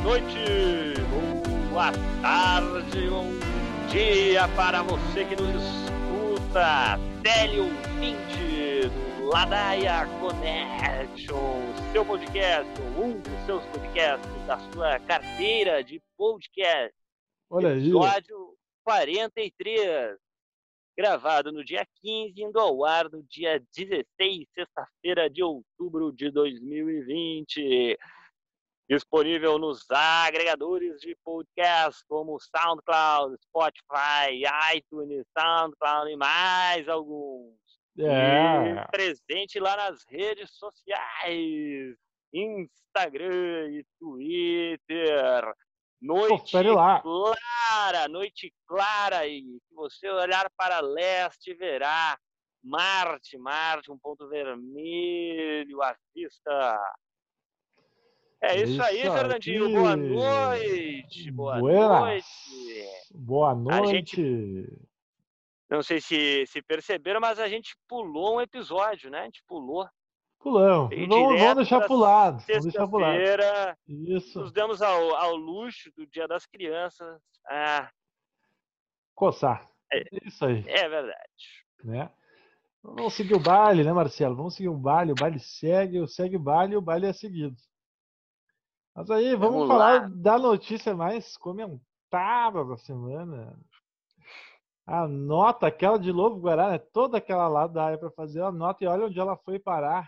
noite, boa tarde, bom dia para você que nos escuta, teleouvinte do Ladaia Connection, seu podcast, um dos seus podcasts da sua carteira de podcast. Olha aí. Episódio 43, gravado no dia 15, indo ao ar no dia 16, sexta-feira de outubro de 2020. Disponível nos agregadores de podcast como SoundCloud, Spotify, iTunes, SoundCloud e mais alguns. E presente lá nas redes sociais, Instagram e Twitter. Noite clara, e se você olhar para leste verá Marte, um ponto vermelho à vista. É isso aí, Fernandinho. Aqui. Boa noite. Boa noite. Não sei se perceberam, mas a gente pulou um episódio, né? A gente pulou. Vamos deixar pro lado. Sexta-feira. Isso. Nos damos ao luxo do Dia das Crianças. Coçar. Isso aí. É verdade. Né? Vamos seguir o baile, né, Marcelo? Vamos seguir o baile segue o baile é seguido. Mas aí, vamos falar da notícia mais comentada da semana. A nota, aquela de Lobo Guará, né? Toda aquela lá da área para fazer a nota e olha onde ela foi parar.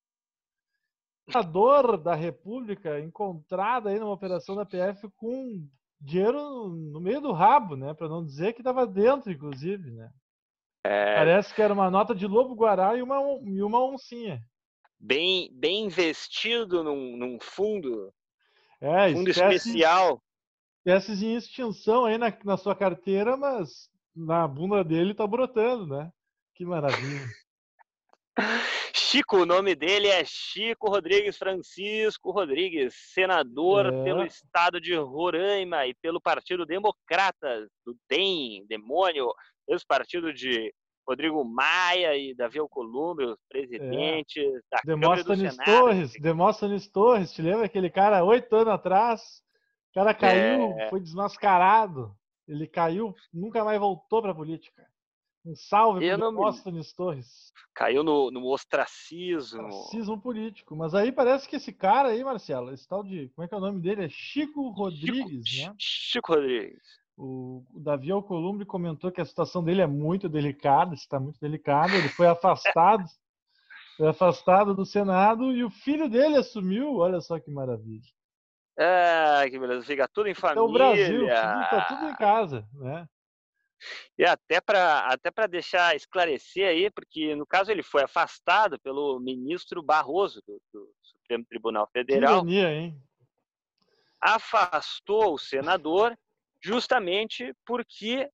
Senador da República encontrada aí numa operação da PF com dinheiro no meio do rabo, né? Para não dizer que estava dentro, inclusive, né? Parece que era uma nota de Lobo Guará e uma oncinha. Bem investido num fundo. Fundo Espécies especial. Espécies em extinção aí na sua carteira, mas na bunda dele tá brotando, né? Que maravilha. Chico, o nome dele é Chico Rodrigues Francisco Rodrigues, senador pelo estado de Roraima e pelo Partido Democratas, do DEM, demônio, ex-partido de Rodrigo Maia e Davi Alcolumbre, os presidentes da Câmara e do Senado. Demóstenes Torres, te lembra aquele cara 8 anos atrás? O cara caiu, foi desmascarado. Ele caiu, nunca mais voltou para a política. Um salve para Demóstenes Torres. Caiu no ostracismo. Ostracismo político. Mas aí parece que esse cara aí, Marcelo, esse tal de... Como é que é o nome dele? É Chico Rodrigues, né? Chico Rodrigues. O Davi Alcolumbre comentou que a situação dele é muito delicada, está muito delicada. Ele foi afastado. Foi afastado do Senado e o filho dele assumiu. Olha só que maravilha. Que beleza. Fica tudo em família. É o Brasil, tá tudo em casa, né? E até para deixar esclarecer aí, porque no caso ele foi afastado pelo ministro Barroso do Supremo Tribunal Federal. Que ironia, hein? Afastou o senador justamente porque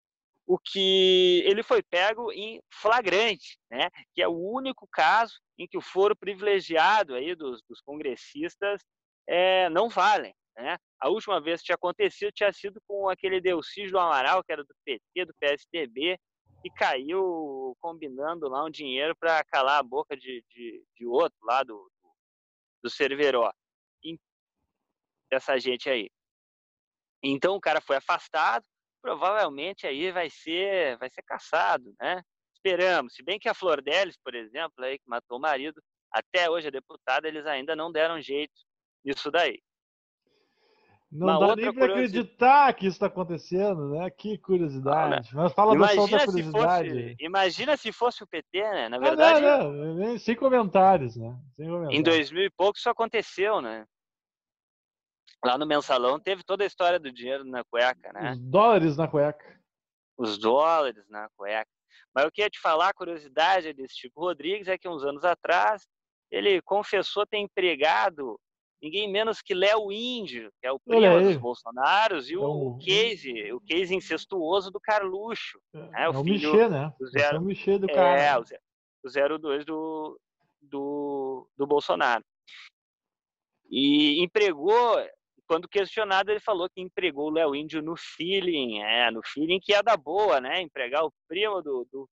ele foi pego em flagrante, né? Que é o único caso em que o foro privilegiado aí dos congressistas não valem. Né? A última vez que tinha acontecido tinha sido com aquele Delcídio do Amaral, que era do PT, do PSDB, que caiu combinando lá um dinheiro para calar a boca de outro lá do Cerveró. Dessa gente aí. Então o cara foi afastado, provavelmente aí vai ser caçado, né? Esperamos. Se bem que a Flor Delis, por exemplo, aí, que matou o marido, até hoje a deputada, eles ainda não deram jeito nisso daí. Não dá nem para acreditar que isso está acontecendo, né? Que curiosidade. Mas fala dessa outra curiosidade. Imagina se fosse o PT, né? Na verdade... Não, sem comentários, né? Em 2000 e pouco isso aconteceu, né? Lá no Mensalão teve toda a história do dinheiro na cueca, né? Os dólares na cueca. Os dólares na cueca. Mas eu queria te falar, a curiosidade desse Chico Rodrigues é que uns anos atrás ele confessou ter empregado ninguém menos que Léo Índio, que é o primo dos Bolsonaros, e o case incestuoso do Carluxo. O filho Michê, né? O Michê do cara. O 02 do Bolsonaro. E empregou, quando questionado, ele falou que empregou o Léo Índio no feeling que é da boa, né? Empregar o primo do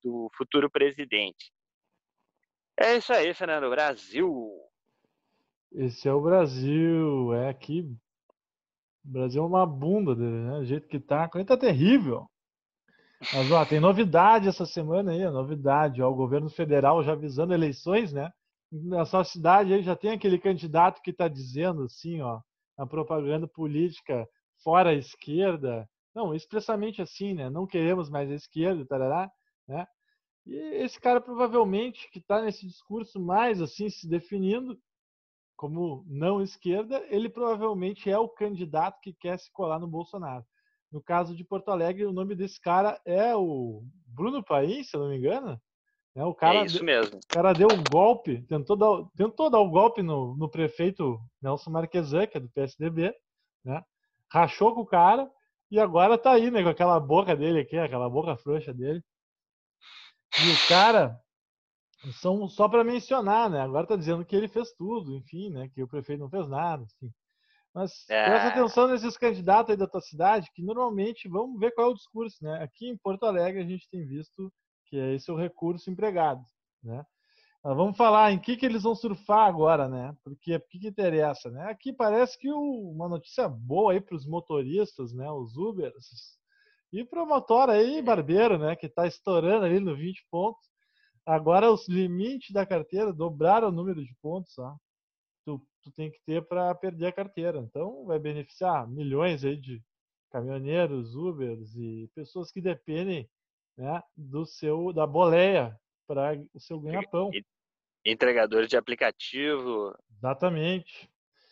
futuro presidente. É isso aí, Fernando. Brasil. Esse é o Brasil, aqui. O Brasil é uma bunda, né? Do jeito que tá, a coisa tá terrível. Mas, ó, tem novidade essa semana aí, a novidade, ó, o governo federal já avisando eleições, né? Na sua cidade aí já tem aquele candidato que está dizendo assim, ó, na propaganda política fora a esquerda, não, expressamente assim, né? Não queremos mais a esquerda, tarará, né? E esse cara provavelmente que está nesse discurso mais assim se definindo como não esquerda, ele provavelmente é o candidato que quer se colar no Bolsonaro. No caso de Porto Alegre, o nome desse cara é o Bruno Paim, se eu não me engano. Né? É isso mesmo. O cara deu um golpe, tentou dar um golpe no prefeito Nelson Marquesan, que é do PSDB, né? Rachou com o cara e agora tá aí, né, com aquela boca dele aqui, aquela boca frouxa dele. E o cara, só para mencionar, né? Agora tá dizendo que ele fez tudo, enfim, né? Que o prefeito não fez nada, enfim. Mas presta É, atenção nesses candidatos aí da tua cidade, que normalmente, vamos ver qual é o discurso, né? Aqui em Porto Alegre a gente tem visto que esse é o recurso empregado, né? Mas vamos falar em que eles vão surfar agora, né? Porque o que interessa, né? Aqui parece que uma notícia boa aí para os motoristas, né? Os Ubers e para o motor aí, barbeiro, né? Que está estourando ali no 20 pontos. Agora os limites da carteira dobraram o número de pontos, ó. Tu tem que ter para perder a carteira. Então vai beneficiar milhões aí de caminhoneiros, Ubers e pessoas que dependem, né, da boleia para o seu ganha-pão. entregador de aplicativo. Exatamente.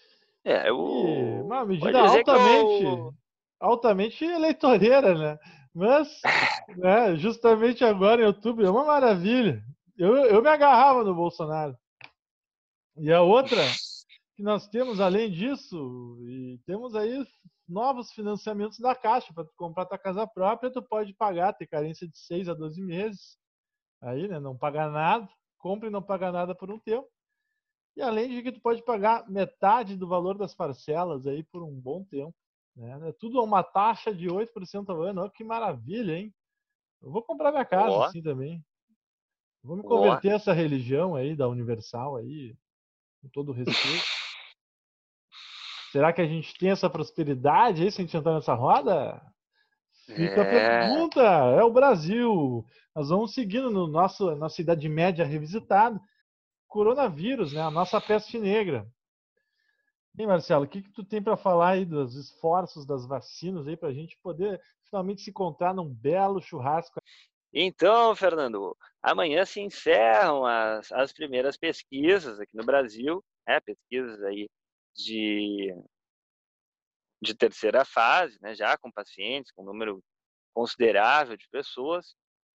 E uma Pode medida dizer que eu. altamente eleitoreira, né? Mas, né, justamente agora em outubro é uma maravilha. Eu me agarrava no Bolsonaro. E a outra que nós temos, além disso, e temos aí novos financiamentos da Caixa para comprar tua casa própria, tu pode pagar, ter carência de 6 a 12 meses, aí, né, não pagar nada, compra e não paga nada por um tempo. E além de que tu pode pagar metade do valor das parcelas aí por um bom tempo, né? É tudo a uma taxa de 8% ao ano. Olha que maravilha, hein? Eu vou comprar minha casa Ó, assim também. Vou me ó. converter a essa religião aí da Universal aí, com todo respeito. Será que a gente tem essa prosperidade aí se a gente entrar nessa roda? Fica a É. pergunta. É o Brasil. Nós vamos seguindo no nossa Idade Média revisitada. Coronavírus, né? A nossa peste negra. E Marcelo, o que tu tem para falar aí dos esforços das vacinas aí para a gente poder finalmente se encontrar num belo churrasco? Então, Fernando, amanhã se encerram as primeiras pesquisas aqui no Brasil, pesquisas aí de, de terceira fase, né, já com pacientes, com um número considerável de pessoas.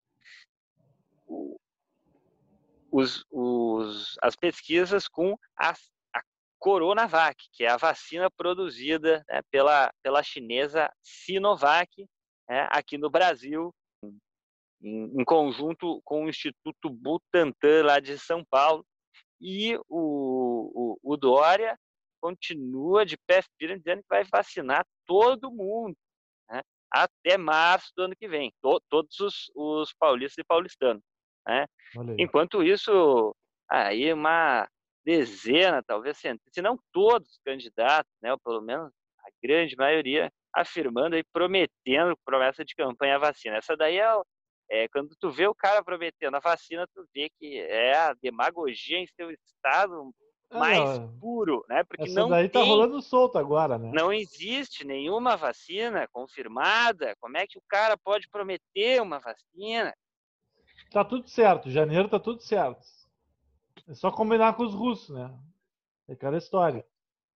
As pesquisas com a Coronavac, que é a vacina produzida, né, pela chinesa Sinovac, né, aqui no Brasil, em conjunto com o Instituto Butantan, lá de São Paulo. E o Dória continua de pé firme, dizendo que vai vacinar todo mundo, né, até março do ano que vem, todos os paulistas e paulistanos. Né? Olha aí. Enquanto isso, aí uma dezena, talvez centenas, se não todos os candidatos, né, ou pelo menos a grande maioria, afirmando e prometendo promessa de campanha a vacina. Essa daí quando tu vê o cara prometendo a vacina, tu vê que é a demagogia em seu estado Ah, mais não. puro, né? Porque Essa daí tá rolando solto agora, né? não existe nenhuma vacina confirmada. Como é que o cara pode prometer uma vacina? Tá tudo certo. Janeiro tá tudo certo. É só combinar com os russos, né? É aquela história.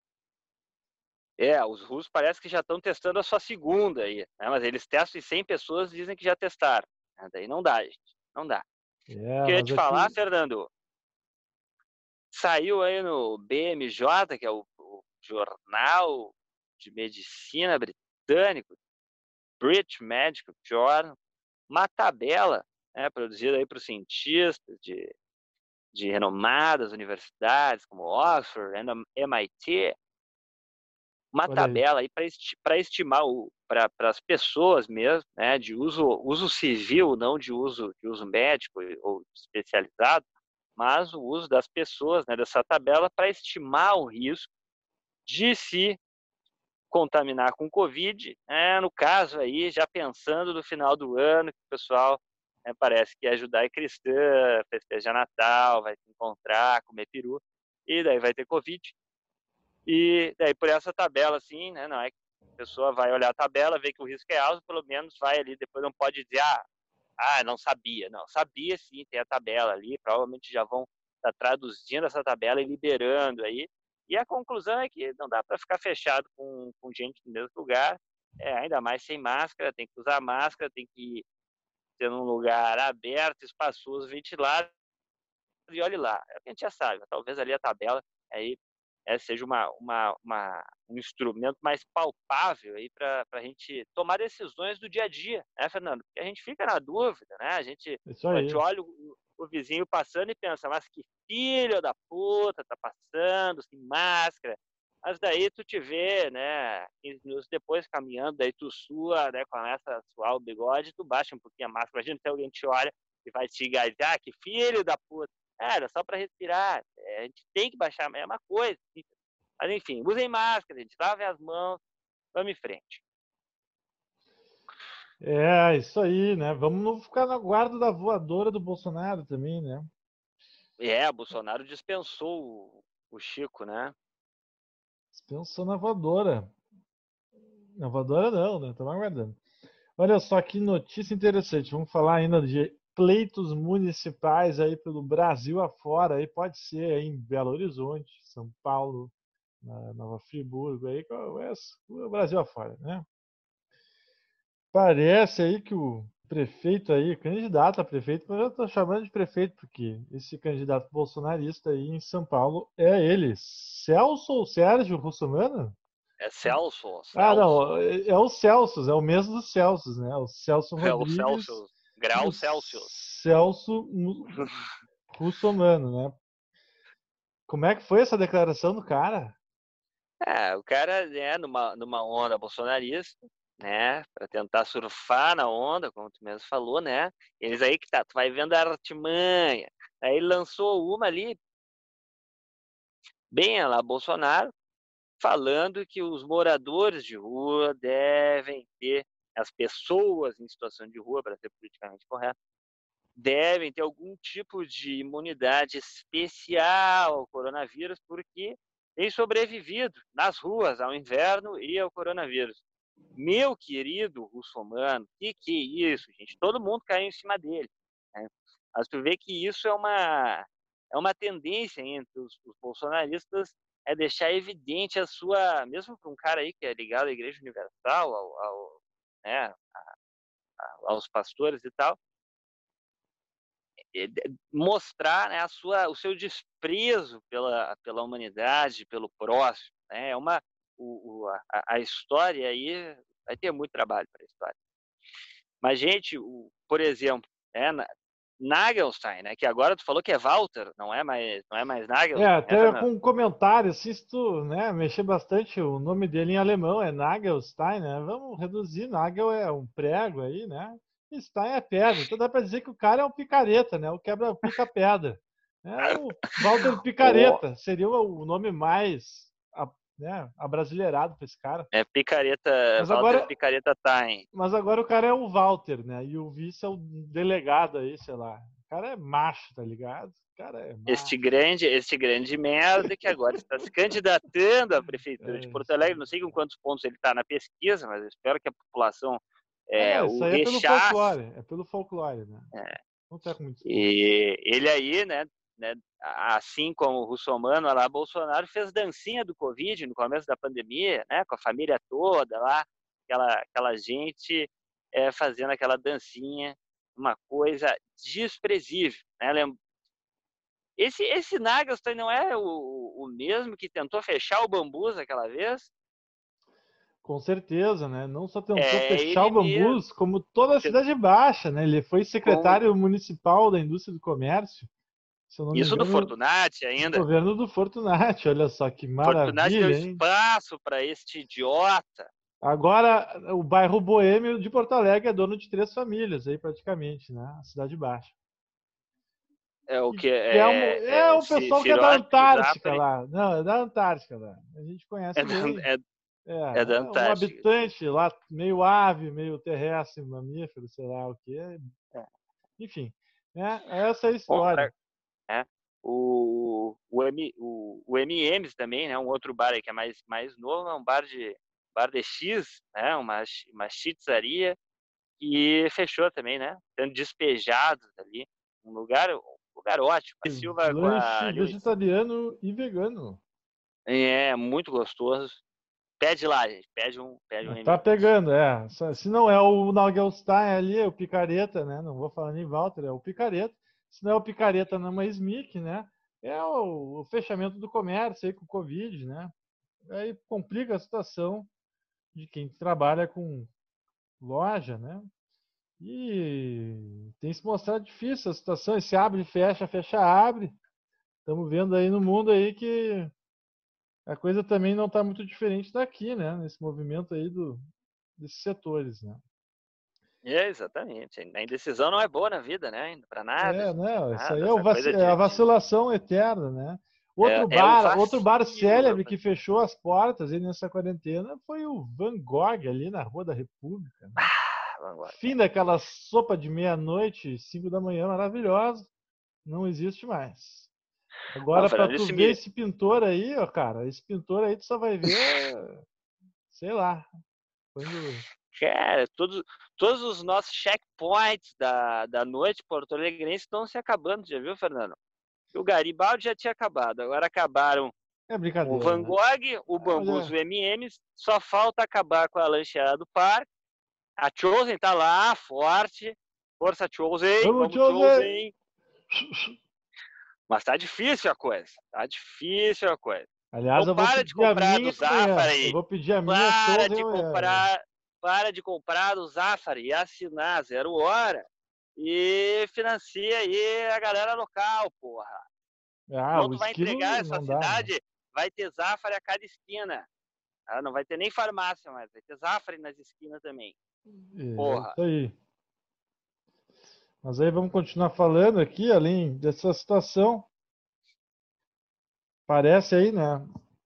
Os russos parece que já estão testando a sua segunda aí, né? Mas eles testam em 100 pessoas e dizem que já testaram. Daí não dá, gente. Não dá. Queria Mas te falar, aqui. Fernando, saiu aí no BMJ, que é o jornal de medicina britânico, British Medical Journal, uma tabela, né, produzida aí por cientistas de renomadas universidades como Oxford e MIT, uma Olha aí. tabela aí para estimar para as pessoas mesmo, né, de uso civil, não de uso médico ou especializado, mas o uso das pessoas, né, dessa tabela para estimar o risco de se contaminar com Covid, no caso aí, já pensando no final do ano, que o pessoal parece que ajudar é cristã, festejar Natal, vai se encontrar, comer peru, e daí vai ter Covid. E daí por essa tabela, assim, né, não é que a pessoa vai olhar a tabela, ver que o risco é alto, pelo menos vai ali, depois não pode dizer, não sabia. Não, sabia sim, tem a tabela ali, provavelmente já vão estar traduzindo essa tabela e liberando aí. E a conclusão é que não dá para ficar fechado com gente no mesmo lugar, ainda mais sem máscara, tem que usar máscara, tem que ter um lugar aberto, espaçoso, ventilado, e olhe lá, é o que a gente já sabe, talvez ali a tabela aí seja um instrumento mais palpável aí para a gente tomar decisões do dia a dia, né, Fernando? Porque a gente fica na dúvida, né? A gente olha o vizinho passando e pensa, mas que filho da puta tá passando sem máscara. Mas daí tu te vê, né, 15 minutos depois caminhando, daí tu sua, né, começa a suar o bigode, tu baixa um pouquinho a máscara, imagina se alguém te olha e vai te engajar, que filho da puta. Era só para respirar. A gente tem que baixar a mesma coisa. Mas, enfim, usem máscara, gente. Lavem as mãos. Vamos em frente. Isso aí, né? Vamos não ficar na guarda da voadora do Bolsonaro também, né? O Bolsonaro dispensou o Chico, né? Dispensou na voadora. Na voadora não, né? Estamos aguardando. Olha só que notícia interessante. Vamos falar ainda de pleitos municipais aí pelo Brasil afora. Aí pode ser aí em Belo Horizonte, São Paulo, na Nova Friburgo, aí o Brasil afora, né? Parece aí que o prefeito aí, candidato a prefeito, mas eu estou chamando de prefeito porque esse candidato bolsonarista aí em São Paulo é ele, Celso ou Sérgio Russomano? É Celso. Não, é o Celso, é o mesmo do Celso, né? O Celso É o Rodrigues Celsius. e Grau o Celsius. Celso Russomano, né? Como é que foi essa declaração do cara? O cara, numa onda bolsonarista, né, para tentar surfar na onda, como tu mesmo falou, né? Eles aí que tu vai vendo a artimanha. Aí ele lançou uma ali, bem lá, Bolsonaro, falando que os moradores de rua devem ter, as pessoas em situação de rua, para ser politicamente correto, devem ter algum tipo de imunidade especial ao coronavírus, porque têm sobrevivido nas ruas ao inverno e ao coronavírus. Meu querido Russomano, que é isso, gente? Todo mundo caiu em cima dele, né? Mas tu vê que isso é uma tendência entre os bolsonaristas, deixar evidente a sua, mesmo para um cara aí que é ligado à Igreja Universal, né, aos pastores e tal, mostrar, né, o seu desprezo pela humanidade, pelo próximo, né? A história aí vai ter muito trabalho para a história. Mas, gente, por exemplo, Nagelstein, né, que agora tu falou que é Walter, não é mais Nagelstein. Até com um comentário, se tu, né, mexer bastante, o nome dele em alemão é Nagelstein, né? Vamos reduzir, Nagel é um prego aí, né? Stein é pedra, então dá para dizer que o cara é um picareta, né? O quebra pica pedra. É o Walter Picareta, seria o nome mais, né, abrasileirado para esse cara. É picareta, mas Walter agora, Picareta Time. Mas agora o cara é o Walter, né? E o vice é o delegado aí, sei lá. O cara é macho, tá ligado? O cara é macho. Este grande merda que agora está se candidatando à prefeitura de Porto Alegre. Não sei com quantos pontos ele está na pesquisa, mas eu espero que a população Isso o aí é pelo rechace. folclore, né? Não tá com muito ponto. E ele aí, né, assim como o Russomano lá, Bolsonaro fez dancinha do Covid no começo da pandemia, né, com a família toda lá, aquela gente fazendo aquela dancinha, uma coisa desprezível, né? Esse Nagelsmann não é o mesmo que tentou fechar o Bambus aquela vez? Com certeza, né? Não só tentou fechar o Bambus, Bambus, como toda a Cidade Baixa, né? Ele foi secretário municipal da Indústria do Comércio, se eu não me isso engano, do Fortunati ainda. No governo do Fortunati, olha só que maravilha, Fortunati deu hein? espaço para este idiota. Agora, o bairro Boêmio de Porto Alegre é dono de 3 famílias aí praticamente, né? A Cidade Baixa. É o que É o pessoal que é da Antártica lá. Não, é da Antártica lá. A gente conhece bem. É da Um Antártica. habitante lá, meio ave, meio terrestre, mamífero, sei lá o que. Enfim, essa é a história. O M&M's também, né? Um outro bar aí que é mais novo, é um bar de X, né? Uma chitzaria, e fechou também, né? Sendo despejados ali. Um lugar ótimo. A Silva com Lanche a vegetariano e vegano. É, muito gostoso. Pede lá, gente. Pede um Tá M&M's. pegando, Se não é o Nagelstein ali, é o Picareta, né? Não vou falar nem Walter, é o Picareta. Se não é o Picareta na Smic, né? É o fechamento do comércio aí com o Covid, né? Aí complica a situação de quem trabalha com loja, né? E tem se mostrado difícil a situação. Esse abre, fecha, fecha, abre. Estamos vendo aí no mundo aí que a coisa também não está muito diferente daqui, né? Nesse movimento aí desses setores, né? Exatamente. A indecisão não é boa na vida, né? Para nada. Não, isso aí Nada. Essa coisa é a vacilação eterna, né? Outro bar célebre que fechou as portas aí nessa quarentena foi o Van Gogh ali na Rua da República. Né? Fim daquela sopa de meia-noite, 5 da manhã, maravilhosa, não existe mais. Agora, para tu ver esse pintor aí, ó, cara, esse pintor aí tu só vai ver, sei lá, quando... Cara, todos os nossos checkpoints da noite porto-alegrense estão se acabando, já viu, Fernando? O Garibaldi já tinha acabado, agora acabaram o Van Gogh, né? O Bambus, o M&M's, só falta acabar com a lancheira do parque. A Chosen tá lá, forte. Força Chosen, vamos Chosen. Mas tá difícil a coisa. Aliás, então, eu vou para de pedir a comprar minha do Zafari aí. Eu vou pedir a minha Chosen amanhã. Para de comprar do Zafari e assinar 0 hora e financia aí a galera local, porra. Então tu vai entregar essa cidade, né? Vai ter Zafari a cada esquina. Não vai ter nem farmácia mais, vai ter Zafari nas esquinas também. Porra. Isso aí. Mas aí vamos continuar falando aqui, além dessa situação. Parece aí, né?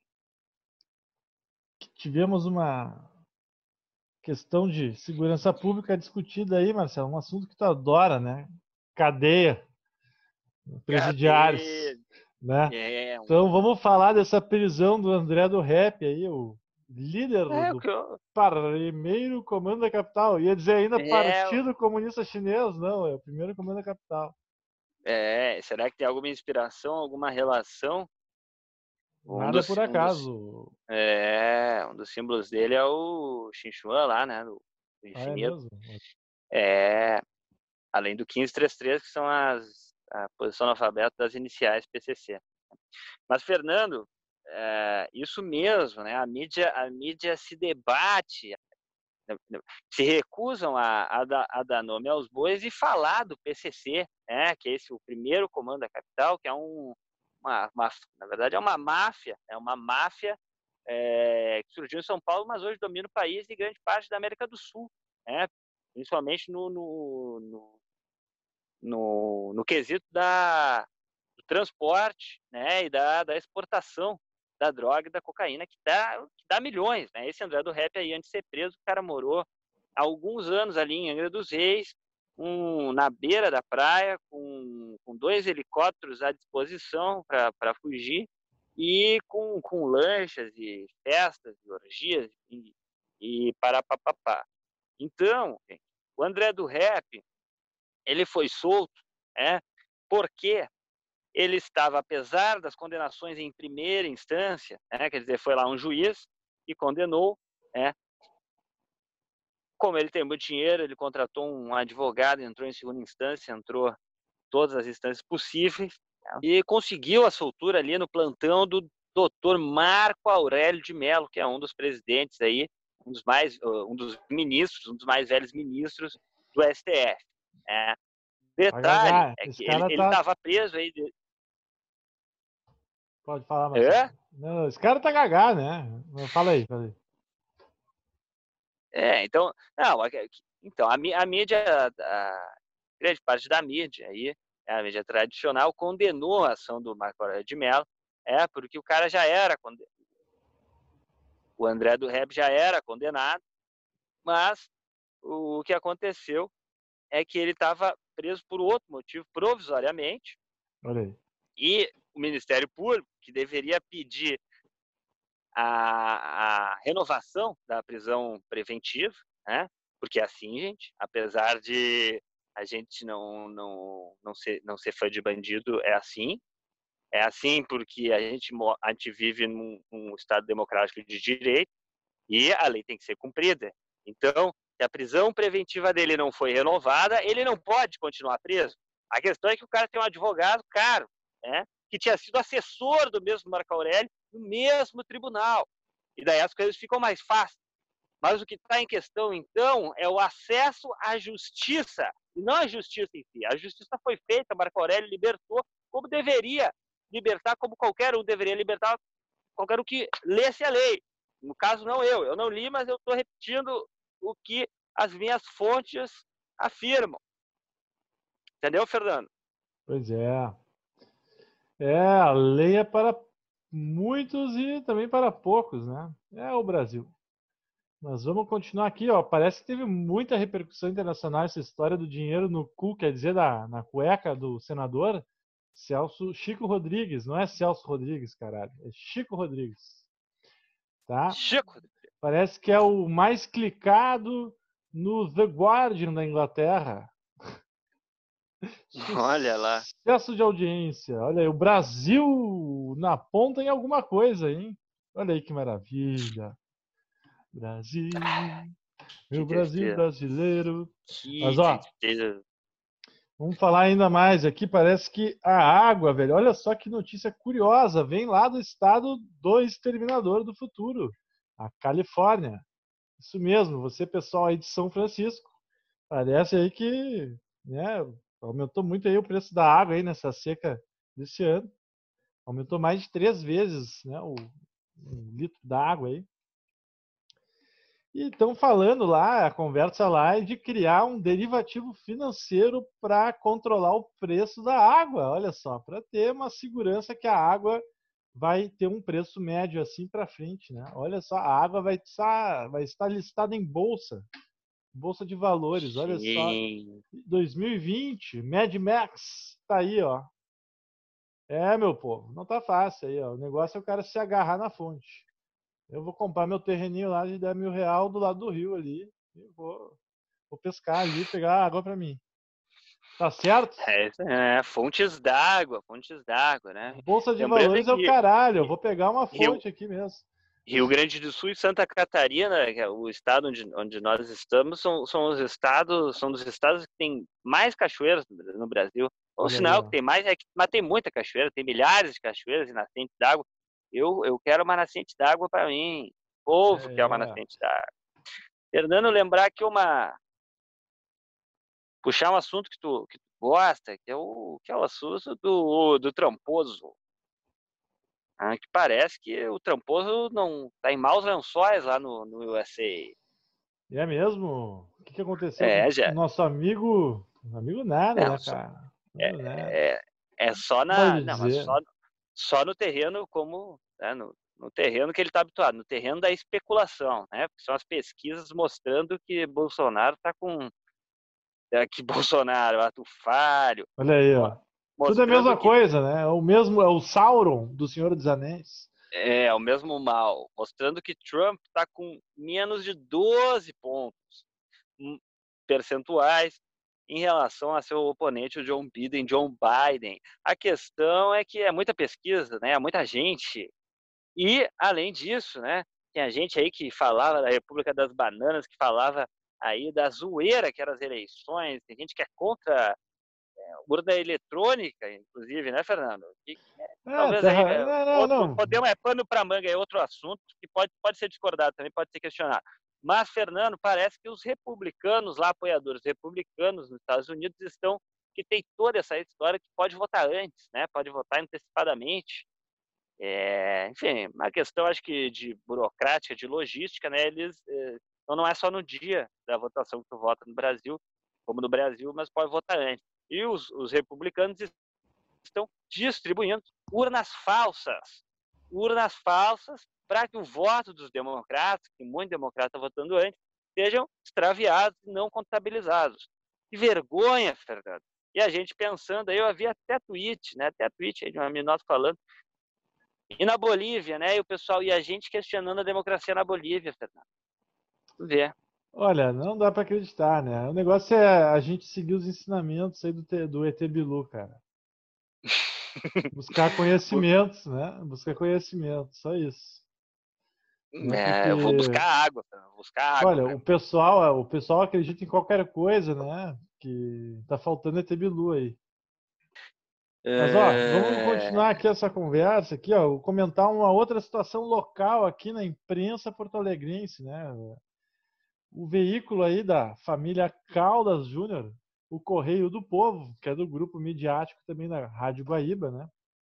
Que tivemos uma questão de segurança pública discutida aí, Marcelo. Um assunto que tu adora, né? Cadeia. Presidiários. Né? Então vamos falar dessa prisão do André do Rap aí, o líder do primeiro comando da capital. Ia dizer ainda Partido Comunista Chinês, não, é o primeiro comando da capital. Será que tem alguma inspiração, alguma relação? Nada por acaso. Um dos símbolos dele é o Xinchuan lá, né? Do infinito. Além do 1533, que são a posição no alfabeto das iniciais PCC. Mas, Fernando, isso mesmo, né? A mídia se debate, se recusam a dar nome aos bois e falar do PCC, né? Que é esse o primeiro comando da capital, que é na verdade é uma máfia, que surgiu em São Paulo, mas hoje domina o país e grande parte da América do Sul, né? Principalmente no quesito do transporte, né? E da exportação da droga e da cocaína, que dá milhões, né? Esse André do Rap aí, antes de ser preso, o cara morou há alguns anos ali em Angra dos Reis, na beira da praia, com 2 helicópteros à disposição para fugir, e com lanchas e festas e orgias e parapapapá. Então, o André do Rap, ele foi solto, porque ele estava, apesar das condenações em primeira instância, quer dizer, foi lá um juiz e condenou, como ele tem muito dinheiro, ele contratou um advogado, entrou em segunda instância, entrou todas as instâncias possíveis e conseguiu a soltura ali no plantão do Dr. Marco Aurélio de Mello, que é um dos presidentes aí, um dos ministros, um dos mais velhos ministros do STF. Detalhe é que ele estava preso aí. Pode falar, Marcelo. Não, esse cara tá gagá, né? Fala aí. Então a mídia, grande parte da mídia aí a mídia tradicional condenou a ação do Marco Aurélio de Mello, porque o cara já era condenado. O André do Rep já era condenado, mas o que aconteceu é que ele estava preso por outro motivo, provisoriamente. Olha aí. E o Ministério Público, que deveria pedir a renovação da prisão preventiva, né? Porque assim, gente, apesar de a gente não ser fã de bandido, é assim. É assim porque a gente vive num Estado democrático de direito e a lei tem que ser cumprida. Então, se a prisão preventiva dele não foi renovada, ele não pode continuar preso. A questão é que o cara tem um advogado caro, né? Que tinha sido assessor do mesmo Marco Aurélio no mesmo tribunal. E daí as coisas ficam mais fáceis. Mas o que está em questão, então, é o acesso à justiça, e não a justiça em si. A justiça foi feita, Marco Aurélio libertou como deveria libertar, como qualquer um deveria libertar, qualquer um que lesse a lei. No caso, não eu não li, mas eu estou repetindo o que as minhas fontes afirmam. Entendeu, Fernando? Pois é. A lei é para muitos e também para poucos, né? É o Brasil. Mas vamos continuar aqui, ó. Parece que teve muita repercussão internacional essa história do dinheiro no cu, quer dizer, na cueca do senador Chico Rodrigues. Não é Celso Rodrigues, caralho. É Chico Rodrigues. Tá? Chico. Parece que é o mais clicado no The Guardian da Inglaterra. Olha lá. Sucesso de audiência. Olha aí, o Brasil na ponta em alguma coisa, hein? Olha aí que maravilha. Brasil, meu Brasil brasileiro. Mas ó, vamos falar ainda mais aqui. Parece que a água, velho, olha só que notícia curiosa, vem lá do estado do Exterminador do Futuro, a Califórnia. Isso mesmo, você pessoal aí de São Francisco, parece aí que, né, aumentou muito aí o preço da água aí nessa seca desse ano. Aumentou mais de 3 vezes, né, o litro da água aí. E estão falando lá, a conversa lá é de criar um derivativo financeiro para controlar o preço da água. Olha só, para ter uma segurança que a água vai ter um preço médio assim para frente, né? Olha só, a água vai estar listada em bolsa de valores. Olha só, 2020, Mad Max, tá aí, ó. Meu povo, não tá fácil aí, ó. O negócio é o cara se agarrar na fonte. Eu vou comprar meu terreninho lá de R$10.000 do lado do rio ali. E vou pescar ali, pegar água para mim. Tá certo? Fontes d'água, né? Bolsa de valores é o caralho. Eu vou pegar uma fonte aqui mesmo. Rio Grande do Sul e Santa Catarina, que é o estado onde nós estamos, são dos estados que tem mais cachoeiras no Brasil. Ou sinal que tem mais, mas tem muita cachoeira, tem milhares de cachoeiras e nascentes d'água. Eu quero uma nascente d'água para mim. O povo quer uma nascente d'água. Fernando, lembrar que puxar um assunto que tu gosta, que é o assunto do tramposo. Que parece que o tramposo não tá em maus lençóis lá no USA. É mesmo? O que aconteceu com o nosso amigo? Amigo nada, né, cara? Só só no terreno como, né, no terreno que ele está habituado, no terreno da especulação, né? Porque são as pesquisas mostrando que Bolsonaro está com que Bolsonaro, Atufário. Olha aí, ó. Tudo é a mesma coisa, né? É o Sauron do Senhor dos Anéis. É o mesmo mal, mostrando que Trump está com menos de 12 pontos percentuais em relação a seu oponente, o John Biden. A questão é que é muita pesquisa, né? É muita gente. E, além disso, né? Tem a gente aí que falava da República das Bananas, que falava aí da zoeira que eram as eleições, tem gente que é contra urna eletrônica, inclusive, né, Fernando? Talvez aí podemos pano para manga, é outro assunto que pode ser discordado, também pode ser questionado. Mas, Fernando, parece que os republicanos lá, apoiadores republicanos nos Estados Unidos, que tem toda essa história que pode votar antes, né? Pode votar antecipadamente. Enfim, uma questão, acho que, de burocrática, de logística, né? Então, não é só no dia da votação que tu vota no Brasil, como no Brasil, mas pode votar antes. e os republicanos estão distribuindo urnas falsas para que o voto dos democratas, que muito democrata está votando antes, sejam extraviados e não contabilizados. Que vergonha, Fernando. E a gente pensando, aí eu havia até tweet aí de uma menina falando, e na Bolívia, né, e o pessoal, e a gente questionando a democracia na Bolívia, Fernando. Vê. Olha, não dá para acreditar, né? O negócio é a gente seguir os ensinamentos aí do ET Bilu, cara. Buscar conhecimentos, né? Buscar conhecimentos, só isso. Eu vou buscar água, Olha, cara. o pessoal acredita em qualquer coisa, né? Que tá faltando ET Bilu aí. Mas ó, vamos continuar aqui essa conversa aqui, ó, vou comentar uma outra situação local aqui na imprensa porto-alegrense, né? O veículo aí da família Caldas Júnior, o Correio do Povo, que é do grupo midiático também da Rádio Guaíba, né?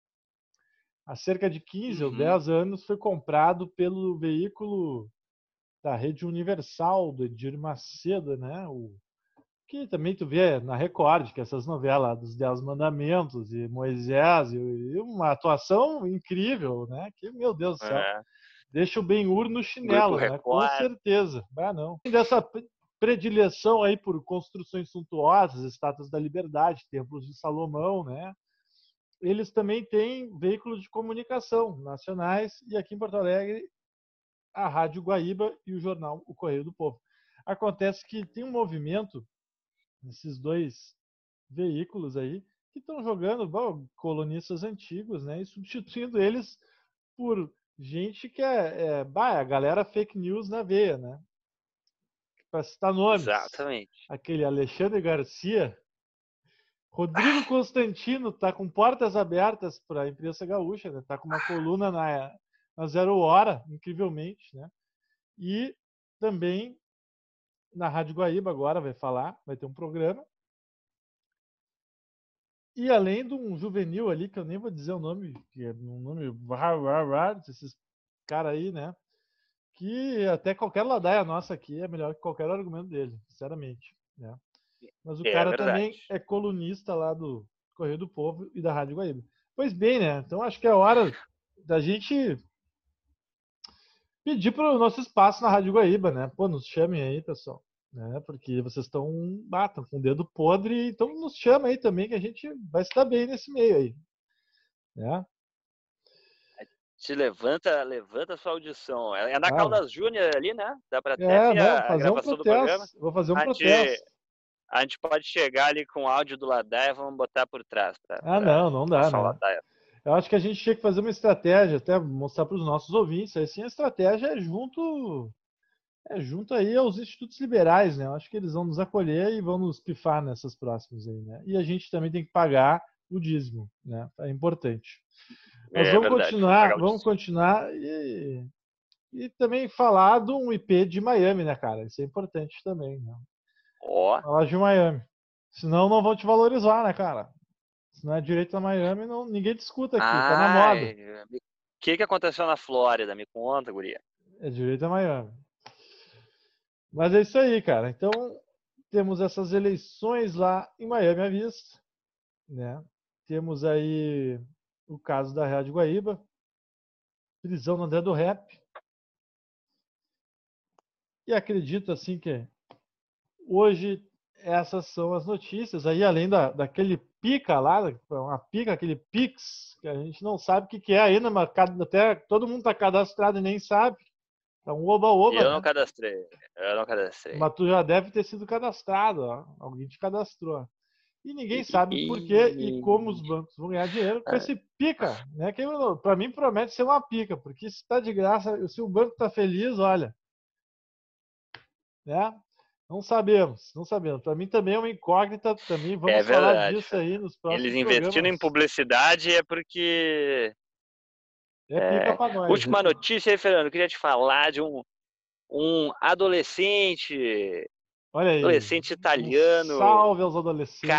Há cerca de 15 ou 10 anos foi comprado pelo veículo da Rede Universal, do Edir Macedo, né? Que também tu vê na Record, que essas novelas dos 10 Mandamentos e Moisés, e uma atuação incrível, né? Que, meu Deus do céu, deixa o Ben-Hur no chinelo, né? Com certeza. Ah, não. Dessa predileção aí por construções suntuosas, estátuas da Liberdade, templos de Salomão, né? Eles também têm veículos de comunicação nacionais e aqui em Porto Alegre a Rádio Guaíba e o jornal O Correio do Povo. Acontece que tem um movimento nesses dois veículos aí que estão jogando colunistas antigos, né, e substituindo eles por gente que é a galera fake news na veia, né? Para citar nomes. Exatamente. Aquele Alexandre Garcia, Rodrigo Constantino está com portas abertas para a imprensa gaúcha, né? Tá com uma coluna na Zero Hora, incrivelmente, né? E também na Rádio Guaíba agora vai ter um programa. E além de um juvenil ali, que eu nem vou dizer o nome, que é um nome desses caras aí, né? Que até qualquer ladaia nossa aqui é melhor que qualquer argumento dele, sinceramente, né? Mas o cara também é colunista lá do Correio do Povo e da Rádio Guaíba. Pois bem, né? Então acho que é hora da gente pedir para o nosso espaço na Rádio Guaíba, né? Pô, nos chamem aí, pessoal. Né? Porque vocês estão com o dedo podre, então nos chama aí também que a gente vai se dar bem nesse meio aí. Né? Se levanta a sua audição. É na Caldas Júnior ali, né? Dá para até ver não, a gravação do programa. Vou fazer um protesto. A gente pode chegar ali com o áudio do Ladaia, vamos botar por trás. Não dá, né? Eu acho que a gente tinha que fazer uma estratégia, até mostrar para os nossos ouvintes. Assim, a estratégia é junto aí aos institutos liberais, né? Eu acho que eles vão nos acolher e vão nos pifar nessas próximas aí, né? E a gente também tem que pagar o dízimo, né? É importante. Mas vamos continuar e também falar de um IP de Miami, né, cara? Isso é importante também, né? Falar de Miami. Senão não vão te valorizar, né, cara? Se não é direito a Miami, ninguém discuta aqui, tá na moda. O que aconteceu na Flórida? Me conta, guria. É direito a Miami. Mas é isso aí, cara. Então, temos essas eleições lá em Miami à vista, né? Temos aí o caso da Rádio Guaíba, prisão no André do Rap. E acredito, assim, que hoje essas são as notícias. Aí, além daquele pica lá, aquele Pix, que a gente não sabe o que é ainda, mas até todo mundo está cadastrado e nem sabe. É um oba-oba. Eu não cadastrei. Mas tu já deve ter sido cadastrado, ó. Alguém te cadastrou. E ninguém sabe por que e como os bancos vão ganhar dinheiro com esse pica, né? Que para mim promete ser uma pica, porque se está de graça, se o banco está feliz, olha, né? Não sabemos. Para mim também é uma incógnita, também vamos falar disso aí nos próximos Eles investindo programas. em publicidade é porque pica para nós. Última notícia aí, Fernando, eu queria te falar de um adolescente. Olha aí. Adolescente italiano. Salve aos adolescentes.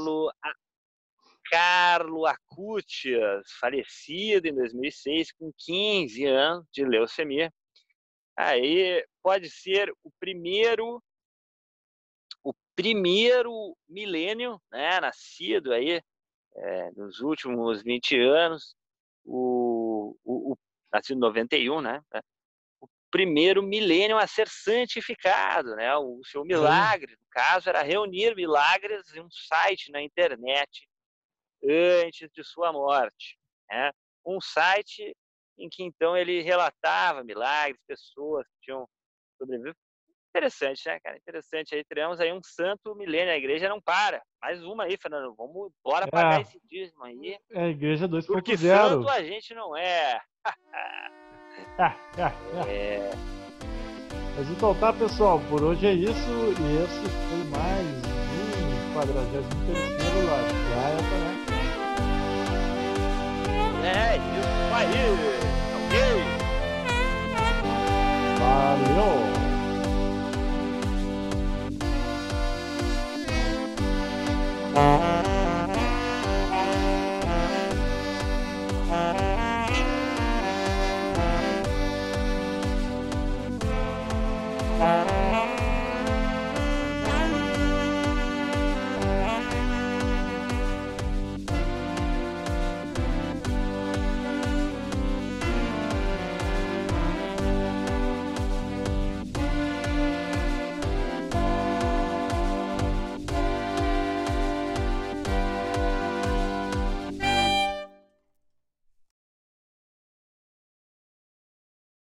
Carlo Acuccias, falecido em 2006 com 15 anos de leucemia. Aí pode ser o primeiro o primeiro milênio, né, nascido aí nos últimos 20 anos, nascido em 91, né? O primeiro milênio a ser santificado, né? O seu milagre, no caso, era reunir milagres em um site na internet antes de sua morte, né? Um site em que então ele relatava milagres, pessoas que tinham sobrevivido. Interessante, né, cara? Interessante. Aí teremos aí um santo milênio. A igreja não para. Mais uma aí, Fernando. Vamos embora pagar esse dízimo aí. É a igreja Porque santo 2.0. a gente não é. Mas então tá, pessoal. Por hoje é isso. E esse foi mais um 43º Ladaia Conecta. É isso aí. Ok? Valeu! Uh-huh.